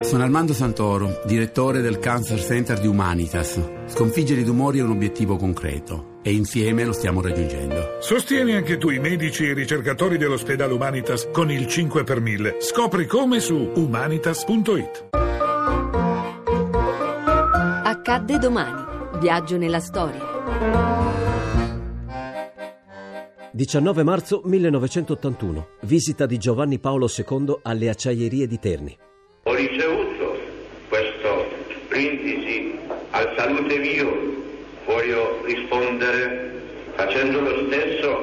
Sono Armando Santoro, direttore del Cancer Center di Humanitas. Sconfiggere i tumori è un obiettivo concreto e insieme lo stiamo raggiungendo. Sostieni anche tu i medici e i ricercatori dell'ospedale Humanitas con il 5 per 1000. Scopri come su humanitas.it. Accadde domani. Viaggio nella storia. 19 marzo 1981. Visita di Giovanni Paolo II alle acciaierie di Terni. Ho ricevuto questo brindisi al salute mio, voglio rispondere facendo lo stesso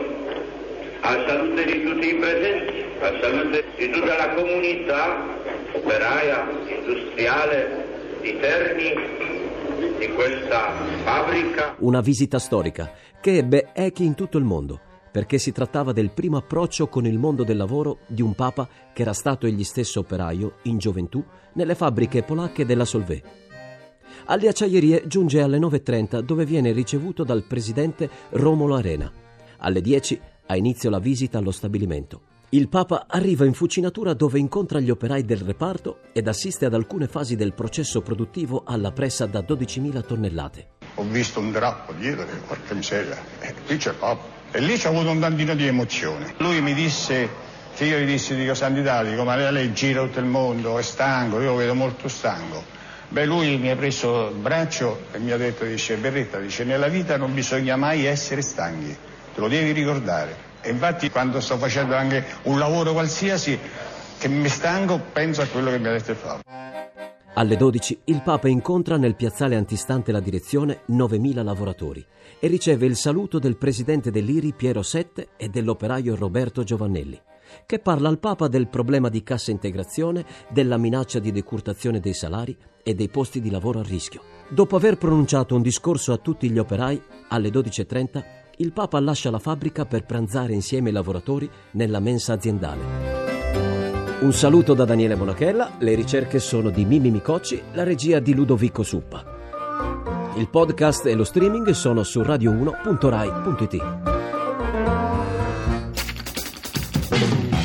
al salute di tutti i presenti, al salute di tutta la comunità operaia, industriale di Terni, di questa fabbrica. Una visita storica che ebbe echi in tutto il mondo, perché si trattava del primo approccio con il mondo del lavoro di un papa che era stato egli stesso operaio, in gioventù, nelle fabbriche polacche della Solvay. Alle acciaierie giunge alle 9:30, dove viene ricevuto dal presidente Romolo Arena. Alle 10 ha inizio la visita allo stabilimento. Il papa arriva in fucinatura, dove incontra gli operai del reparto ed assiste ad alcune fasi del processo produttivo alla pressa da 12.000 tonnellate. Ho visto un drappo dietro, porca miseria, qui c'è il papa. E lì c'è avuto un tantino di emozione. Lui mi disse, che io gli dissi, dico, Santità, dico, ma lei gira tutto il mondo, è stanco, io lo vedo molto stanco. Beh, lui mi ha preso il braccio e mi ha detto, dice, Berretta, dice, nella vita non bisogna mai essere stanchi, te lo devi ricordare. E infatti quando sto facendo anche un lavoro qualsiasi che mi stanco, penso a quello che mi ha detto il Papa. Alle 12 il Papa incontra nel piazzale antistante la direzione 9.000 lavoratori e riceve il saluto del presidente dell'IRI Piero Sette e dell'operaio Roberto Giovannelli, che parla al Papa del problema di cassa integrazione, della minaccia di decurtazione dei salari e dei posti di lavoro a rischio. Dopo aver pronunciato un discorso a tutti gli operai, alle 12:30 il Papa lascia la fabbrica per pranzare insieme ai lavoratori nella mensa aziendale. Un saluto da Daniele Monachella, le ricerche sono di Mimmi Micocci, la regia di Ludovico Suppa. Il podcast e lo streaming sono su radio1.rai.it.